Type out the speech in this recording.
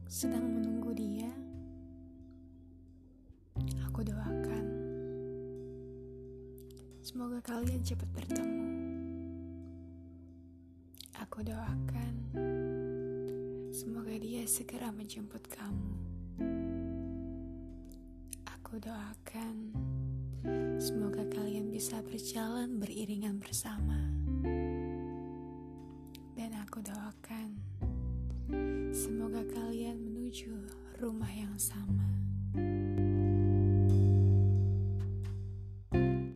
sedang menunggu dia. Aku doakan semoga kalian cepat bertemu. Aku doakan semoga dia segera menjemput kamu. Aku doakan semoga kalian bisa berjalan beriringan bersama. Dan aku doakan semoga kalian menuju rumah yang sama.